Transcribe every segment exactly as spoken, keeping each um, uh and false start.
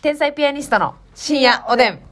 天才ピアニストの深夜おでん。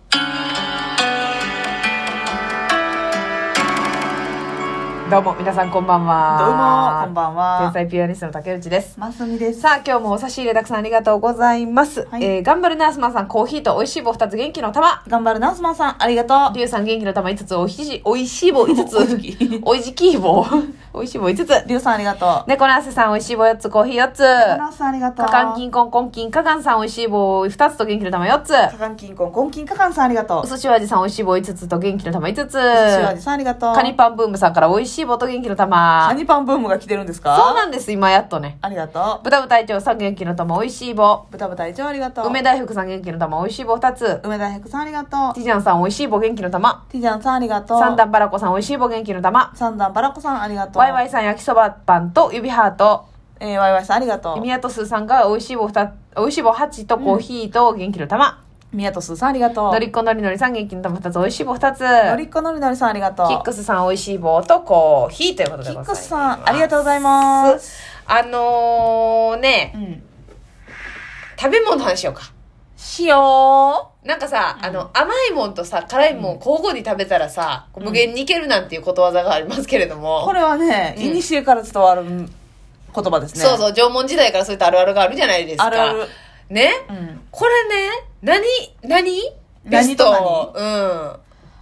どうも皆さんこんばんは。 どうもこんばんは。 天才ピアニストの竹内です。 ますみです。 さあ今日もお差し入れたくさんありがとうございます、 はいえー、頑張るナースマンさんコーヒーと美味しい棒ふたつ元気の玉。 頑張るナースマンさんありがとう。 リュウさん元気の玉いつつ、おいしいおいしい棒いつつおいしき棒おいしい棒いつつ。 リュウさんありがとう。 猫ナースさんおいしい棒よっつ、コーヒーよっつ。 ナースさんありがとう。 カカンキンコンコンキンカカンさんおいしい棒ふたつと元気の玉よっつ。 カカンキンコンコンキンカカンさんありがとう。 うすしお味さんおいしい棒いつつと元気の玉いつつ。 しわじさんありがとう。 カニパンブームさんからおいしい棒と元気の玉。 カニパンブームが来てるんですか？ そうなんです、今やっとね。 ありがとう。 豚豚隊長さん元気の玉おいしい棒。 豚豚一応ありがとう。 梅大福さん元気の玉おいしい棒ふたつ。 梅大福さんありがとう。 ティジャンさんおいしい棒元気の玉。 ティジャンさんありがとう。 三段バラコさんおいしい棒元気の玉。 三段バラコさんありがとう。 ワイワイさん焼きそばパンと指ハート。 えー、ワイワイさんありがとう。 宮とすーさんがおいしい棒ふたつ、おいしい棒はちとコーヒーと元気の玉。 宮とすーさんありがとう。 のりっこのりのりさん元気の玉ふたつおいしい棒ふたつ。 のりっこのりのりさんありがとう。 キックスさんおいしい棒とコーヒーということでキッございます。 クスさんありがとうございます。 あのーね、 うん。 食べ物の話しようか。 しよなんかさ、 うんあの甘いもんとさ辛いもん交互に食べたらさ、こう無限にいけるなんていうことわざがありますけれども、 う。これはね、 うんいにしえから伝わる言葉ですね。 そうそう、縄文時代からそういったあるあるがあるじゃないですか。 あるある。 ね、 うん。 これね、何何ベス何とト。 は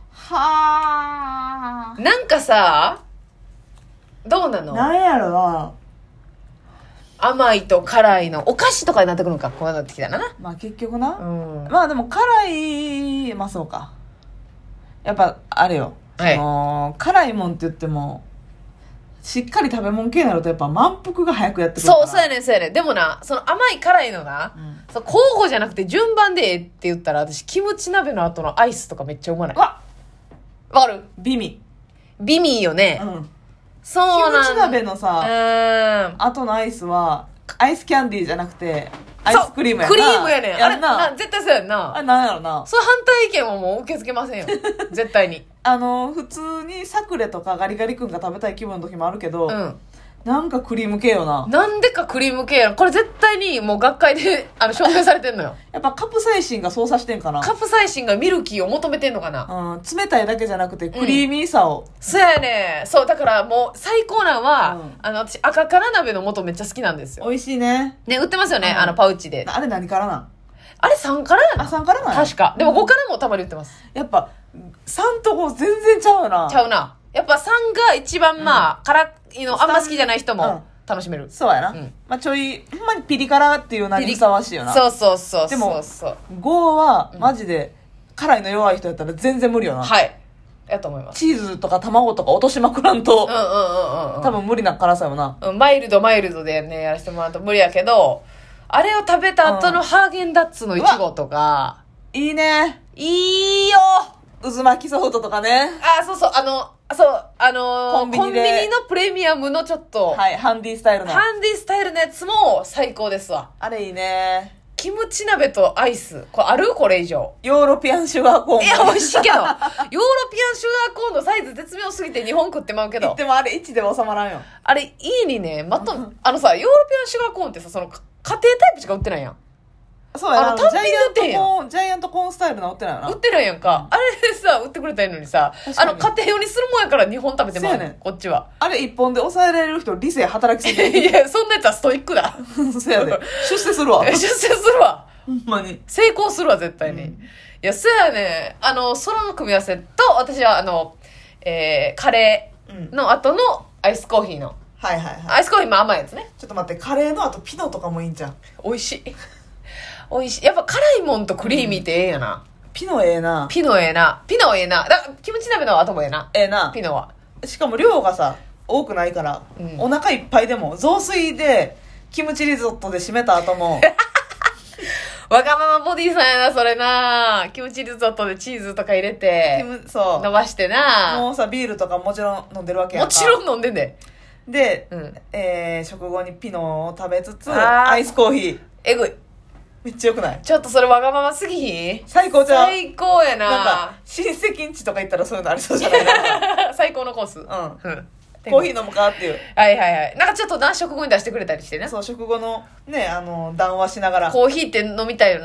あうん。なんかさ、どうなの？ なんやろな。 甘いと辛いのお菓子とかになってくるのか、こうなってきたらな。 まあ結局な、 うん。 まあでも辛い、まあそうか、やっぱあれよ、 はいあのー辛いもんって言ってもしっかり食べ物系になるとやっぱ満腹が早くやってくるから。 そう、そうやねん、そうやねん。でもな、その甘い辛いのな、 うん、 そう交互じゃなくて順番でええって言ったら、私キムチ鍋の後のアイスとかめっちゃうまない？ わわかる？ 美味、 ビミーよね。 うん、 そうなんキムチ鍋のうさ、 ーん。 後のアイスはアイスキャンディーじゃなくてアイスクリームやな。 クリームやねん。あれやんな、 な、絶対そうやんな。 あれなんやろな。 それ反対意見はもう受け付けませんよ。絶対に。 あの普通にサクレとかガリガリ君が食べたい気分の時もあるけど、 うん。 なんかクリーム系よな。 なんでかクリーム系やん。これ絶対にもう学会であの証明されてんのよ。 やっぱカプサイシンが操作してんかな。 カプサイシンがミルキーを求めてんのかな。 うん、冷たいだけじゃなくてクリーミーさを、 そうやね。そう、だからもう最高なんは、 うんあの、私赤辛鍋の素めっちゃ好きなんですよ。 美味しいね。 ね、売ってますよね、 うんあのパウチで。 あれ何からなん？ あれさん辛やな。 あ、さんからなんや。 確か。でもご辛もたまに売ってます。 やっぱさんとご全然ちゃうよな。 ちゃうな。やっぱさんが一番まあ、辛いのあんま好きじゃない人うんも楽しめる。 そうやな、 うんまあちょいほんまにピリ辛っていう名にふさわしいよな。 そうそうそうでもそうそう。 ごはマジで辛いの弱い人やったら全然無理よな、 はい。やと思います。 チーズとか卵とか落としまくらんと、 うんうんうんうん。 多分無理な辛さよな。 うん、マイルドマイルドでね、やらせてもらうと無理やけど、あれを食べた後のハーゲンダッツのいちごとか、 いいね。 いいよ。 渦巻きソフトとかね。 あ、そうそう、あの、そう、あのー、 コンビニでコンビニのプレミアムのちょっと、 はい、ハンディスタイルの。 ハンディスタイルのやつも最高ですわ。 あれいいね。 キムチ鍋とアイス。これある？これ以上。 ヨーロピアンシュガーコーン。 いや、美味しいけど。ヨーロピアンシュガーコーンのサイズ絶妙すぎてにほん食ってまうけど。 でもあれいちでも収まらんよ。 あれ、家にね、まとめ、あのさ、ヨーロピアンシュガーコーンってさ、その、か家庭タイプしか売ってないやん。 そうやな。 あの単品で売ってんやんジャイアントコーン、ジャイアントコーンスタイルな売ってないよな。 売ってないやんか。あれでさ、売ってくれたらいいのにさ、あの、 確かに家庭用にするもんやからにほん食べてまうそうやねんこっちは。 あれ一本で抑えられる人、理性働きすぎて。 いや、そんなやつはストイックだ。 そうやで。出世するわ。 出世するわ。 ほんまに。 成功するわ、絶対に。 うんいや、そうやね。あの、その組み合わせと、私は、あの、えー、カレーの後のアイスコーヒーの。 はいはいはい。 アイスコーヒーも甘いやつね。 ちょっと待って、カレーの後ピノとかもいいんじゃん。 美味しい。美味しい。やっぱ辛いもんとクリーミーってええやな。 ピノええな。 ピノええな。ピノええな。だキムチ鍋の後もええな。 ええな。 ピノは。 しかも量がさ、多くないから、 うんお腹いっぱいでも、雑炊で、キムチリゾットで締めた後も、 わがままボディさんやな、それな。キムチリゾットでチーズとか入れキて、 ムそう。 伸ばしてな。 もうさ、ビールとかもちろん飲んでるわけやんか。 もちろん飲んでんで。 で、 うんえー、食後にピノを食べつつ、 あーアイスコーヒー。 えぐい。 めっちゃよくない？ ちょっとそれわがまますぎひん？ 最高じゃん。 最高やな。 なんか、親戚んちとか行ったらそういうのありそうじゃないな。 最高のコース。 うん。 うん。 コーヒー飲むかっていう。 はいはいはい。なんかちょっとな、食後に出してくれたりしてね。 そう、食後のね、あの、談話しながら。 コーヒーって飲みたいよな。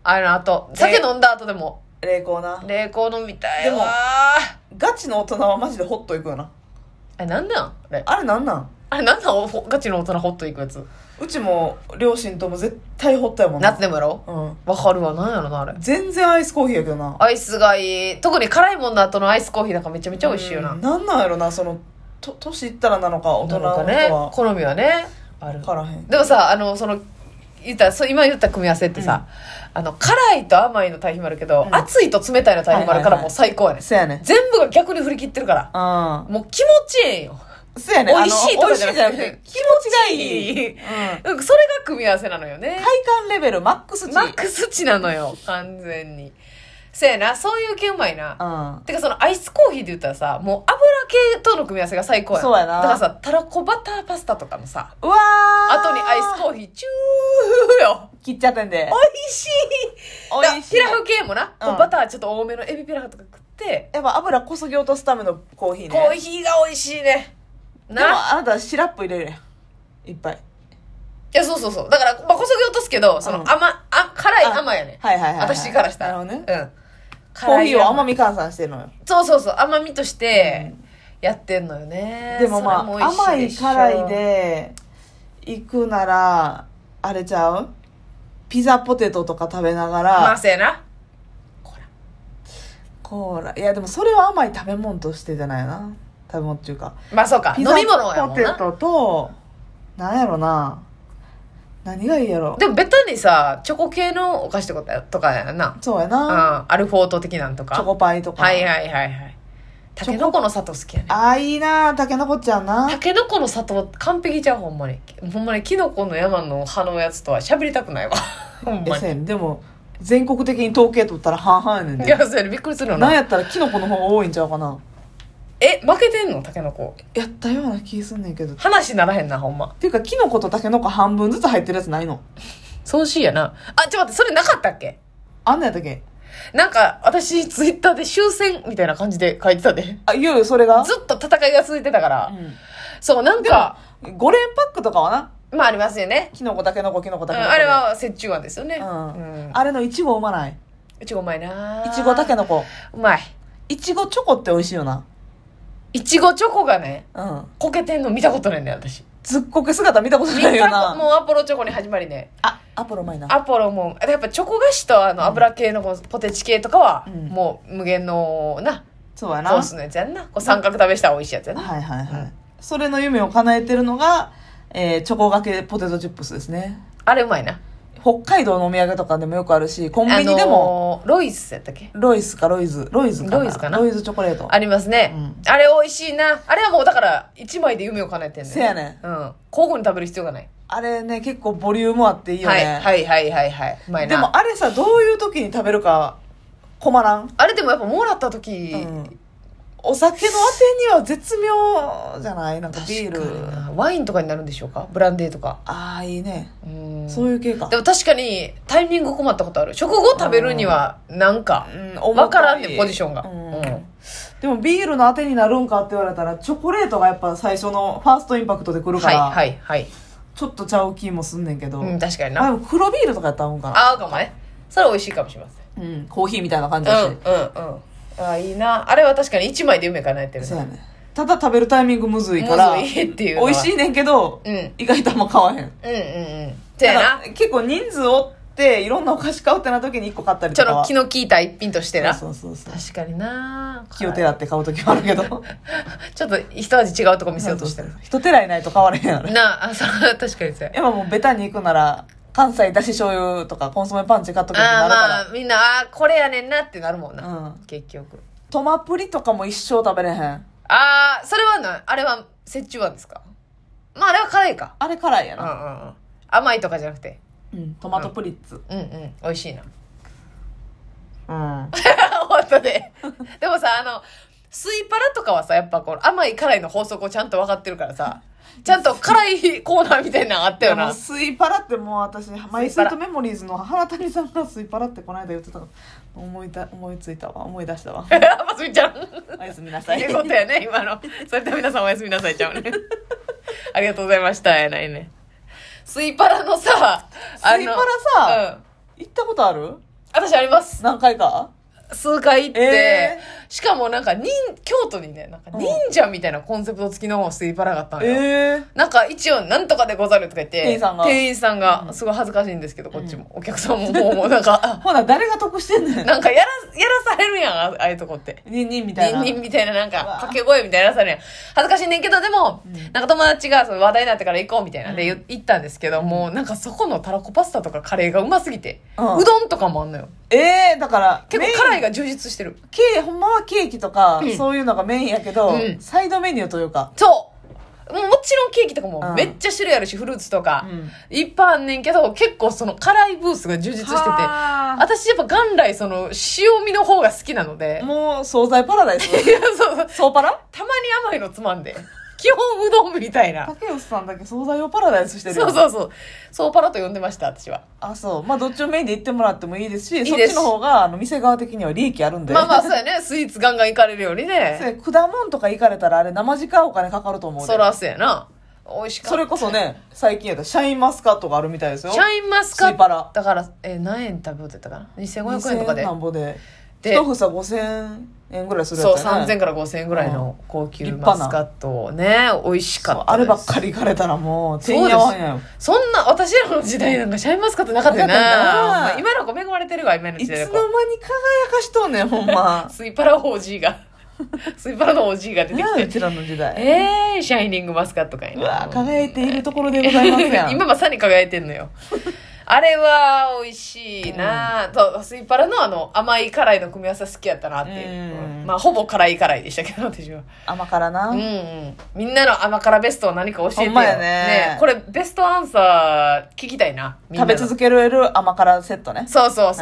あの後酒飲んだ後でも冷凍な。 冷凍飲みたいわ。 でもガチの大人はマジでホッといくよな。 あれなんなんあれあれなんなんあれなんなんおガチの大人ホッといくやつ。 うちも両親とも絶対ホットやもんな。 夏でもやろうんわかるわ。なんやろなあれ。 全然アイスコーヒーやけどな。 アイスがいい。特に辛いもんの後のアイスコーヒーなんかめちゃめちゃ美味しいよな。 うんなんなんやろな、そのと年いったらなのか大人の人なのかねは好みはねある分からへん。 でもさあのその言ったそう今言った組み合わせってさ、うん、あの辛いと甘いの対比もあるけど、うん、熱いと冷たいの対比もあるからもう最高やね、 そうやね。 全部が逆に振り切ってるから、うん、もう気持ちいいんよ。 そうやね。 美味しいとかじゃなくて美味しいじゃなくて気持ちがいい、 うん、それが組み合わせなのよね。 快感レベルマックス値マックス値なのよ完全に。そうやな、そういう系うまいな、うん、てかそのアイスコーヒーで言ったらさもう油系との組み合わせが最高や。 そうやな。 だからさたらこバターパスタとかのさうわー後にアイスコーヒーチューよ切っちゃってんで美味しい。 美味しい。 ピラフ系もな、うん、バターちょっと多めのエビピラフとか食ってやっぱ油こそぎ落とすためのコーヒーね。 コーヒーが美味しいね。 なでもあなたシラップ入れるやんいっぱい。 いやそうそうそうだから、まあ、こそぎ落とすけどその甘、うん、あ辛い甘やね。 はいはいはい、はい、 私からしたらなるほどね。 うんコーヒーを甘み換算してるのよ。 そうそうそう甘みとしてやってんのよね、 うん、でもまあも甘い辛いで行くならあれちゃうピザポテトとか食べながらまあせやなコーラコーラいやでもそれは甘い食べ物としてじゃないな。食べ物っていうかまあそうか飲み物やもんな。 ピザポテトとなんやろな何がいいやろ。 でもベタにさチョコ系のお菓子とかとかやな。 そうやな、 うん、アルフォート的なんとかチョコパイとか。 はいはいはいはい。タケノコの砂糖好きやね。 ああいいなタケノコちゃんな。 タケノコの砂糖完璧じゃんほんまに。ほんまにキノコの山の葉のやつとは喋りたくないわほんまに。 でも全国的に統計取ったら半々やねんで。 いやそうやねびっくりするよな。 なんやったらキノコの方が多いんちゃうかな。 え負けてんのタケノコ。 やったような気すんねんけど。 話ならへんなほんま。 っていうかキノコとタケノコ半分ずつ入ってるやつないの。 そうしいやな。あちょっと待ってそれなかったっけ。 あんなんやったっけ。 なんか私ツイッターで終戦みたいな感じで書いてたで。 あいよいよそれがずっと戦いが続いてたから、うん、そうなんかご連パックとかはなまあありますよね。 キノコタケノコキノコタケノコ、 うん、あれは折衷案ですよね、 うんうん、あれのいちごうまない。 いちごうまいないちごタケノコうまい。 いちごチョコって美味しいよな。 いちごチョコがね、 うん、 こけてんの見たことないね私。 ずっこけ姿見たことないよな。 もうアポロチョコに始まりね。 あアポロうまいな。 アポロもやっぱチョコ菓子とあの油系のポテチ系とかは、うん、もう無限のなそうやなコースのやつやんな。こう三角食べしたら美味しいやつやな。 はいはいはい、うん、それの夢を叶えてるのが、えー、チョコがけポテトチップスですね。 あれうまいな。 北海道のお土産とかでもよくあるしコンビニでも、 あのー、ロイスやったっけ。 ロイスかロイズロイズかなロイズかなロイズチョコレートありますね、うん、あれ美味しいな。あれはもうだからいちまいで夢を叶えてんねん。 せやねん、 うん、交互に食べる必要がない。 あれね結構ボリュームあっていいよね。 はいはいはいはいはい。うまいな。 でもあれさどういう時に食べるか困らん。 あれでもやっぱもらった時、 うんお酒のあてには絶妙じゃない。なんかビールワインとかになるんでしょうか。ブランデーとか。 ああいいね。うんそういう系か。 でも確かにタイミング困ったことある。食後食べるにはなんか分からんねんポジションが、うんうん、 でもビールのあてになるんかって言われたらチョコレートがやっぱ最初のファーストインパクトでくるから、 はいはいはい、ちょっとちゃう気もすんねんけど、 うん、確かにな。 あでも黒ビールとかやったら合うんかな。 合うかもね。それ美味しいかもしれません、 うん、コーヒーみたいな感じだし。 うんうんうんあいいな。あれは確かにいちまいで夢叶えてるね。 そうやね。ただ食べるタイミングむずいからむずいっていう美味しいねんけど、うん、意外とあんま買わへん。うんうんうんそうやな。 結構人数おっていろんなお菓子買うってな時にいっこ買ったりとかはちょっと気の利いた一品としてな。 そうそうそう確かにな。 気をてらって買う時もあるけどちょっと一味違うとこ見せようとしてる。 一てらいないと買われへんやろなあ。そう確かにそうや。 やっぱもうベタに行くなら関西だし醤油とかコンソメパンチ買っとくってなるから。 あまあみんなあこれやねんなってなるもんな、うん、結局トマプリとかも一生食べれへん。 ああそれはなあれは折衷案ですか。まああれは辛いか。 あれ辛いやな、 うんうんうん、甘いとかじゃなくて、 うん、トマトプリッツ、 うん、うんうん美味しいな。 うん本当ででもさあのスイパラとかはさやっぱこの甘い辛いの法則をちゃんと分かってるからさちゃんと辛いコーナーみたいなのあったよな。 スイパラってもう私マイスイートメモリーズの原谷さんがスイパラってこの間言ってたの思いた思いついたわ思い出したわますみちゃんおやすみなさいってことやね今の。それでは皆さんおやすみなさいちゃうねありがとうございましたやないね。スイパラのさスイパラさ、うん、行ったことある？ 私あります。 何回か数回行って、 えしかもなんか忍、京都にね、なんか忍者みたいなコンセプト付きのスイパラがあったのよ。 えー、 なんか一応なんとかでござるとか言って、 店員さんが店員さんがうんすごい恥ずかしいんですけど、こっちも。お客さんももうもうなんか、 ほな誰が得してんねん。 なんかやら、やらされるやん、あああいうとこって。 ニンニンみたいな。 ニンニンみたいななんかうわ掛け声みたいなやらされるやん。恥ずかしいねんけど、でも、 うんなんか友達がその話題になってから行こうみたいなんでうん言ったんですけど、もうなんかそこのたらこパスタとかカレーがうますぎて、 うんうどんとかもあんのよ。 えー、だから、 結構辛いが充実してる。 ケーほんまはケーキとか、 うんそういうのがメインやけど、 うんサイドメニューというか。 そうもうもちろんケーキとかもうんめっちゃ種類あるし、フルーツとか、 うんいっぱいあんねんけど、結構その辛いブースが充実してて、 は私やっぱ元来その塩味の方が好きなのでー、もう、惣菜パラダイス。 いやそうそうソーパラたまに甘いのつまんで、基本うどんみたいな。 竹内さんだけ惣菜をパラダイスしてるよ。 そうそうそう。そうパラと呼んでました、私は。 あ、そう。まあ、どっちもメインで行ってもらってもいいですし、 いいですそっちの方が、あの、店側的には利益あるんで。 まあまあ、そうやね。スイーツガンガン行かれるようにね。 そうや果物とか行かれたら、あれ、生時間お金かかると思うで。 そらそうやな。美味しかった。 それこそね、最近やったらシャインマスカットがあるみたいですよ。 シャインマスカット。 スイパラ。 だから、えー何円食べようって言ったかな ?にせんごひゃくえんとかで。 なんぼで。 で一房ごせんえんぐらいするやそう、 つやね。 さんぜんからごせんえんぐらいの高級立マ派なスカットをね、美味しかそうったです。 あればっかり行かれたらもう、てんそうですやわんやよ。 そんな、私らの時代なんかシャインマスカットなかったよな。 なかったなほんま今の子恵まれてるわ、今のいつ時代の間に輝かしとんねん、ほんま。 スイパラ オージー が。スイパラの オージー が出てきて。 なあうちらの時代。 えー、シャイニングマスカットかいうな。 わ輝いているところでございますやん。 今まさに輝いてんのよ。あれは美味しいな、うん、とスイパラのあの甘い辛いの組み合わせ好きやったなっていう、 うん、 まあほぼ辛い辛いでしたけど私は甘辛な、 うんうん、みんなの甘辛ベストは何か教えてよ。 ほんまやねねこれベストアンサー聞きたいな。 食べ続けられる甘辛セットね。 そうそうそう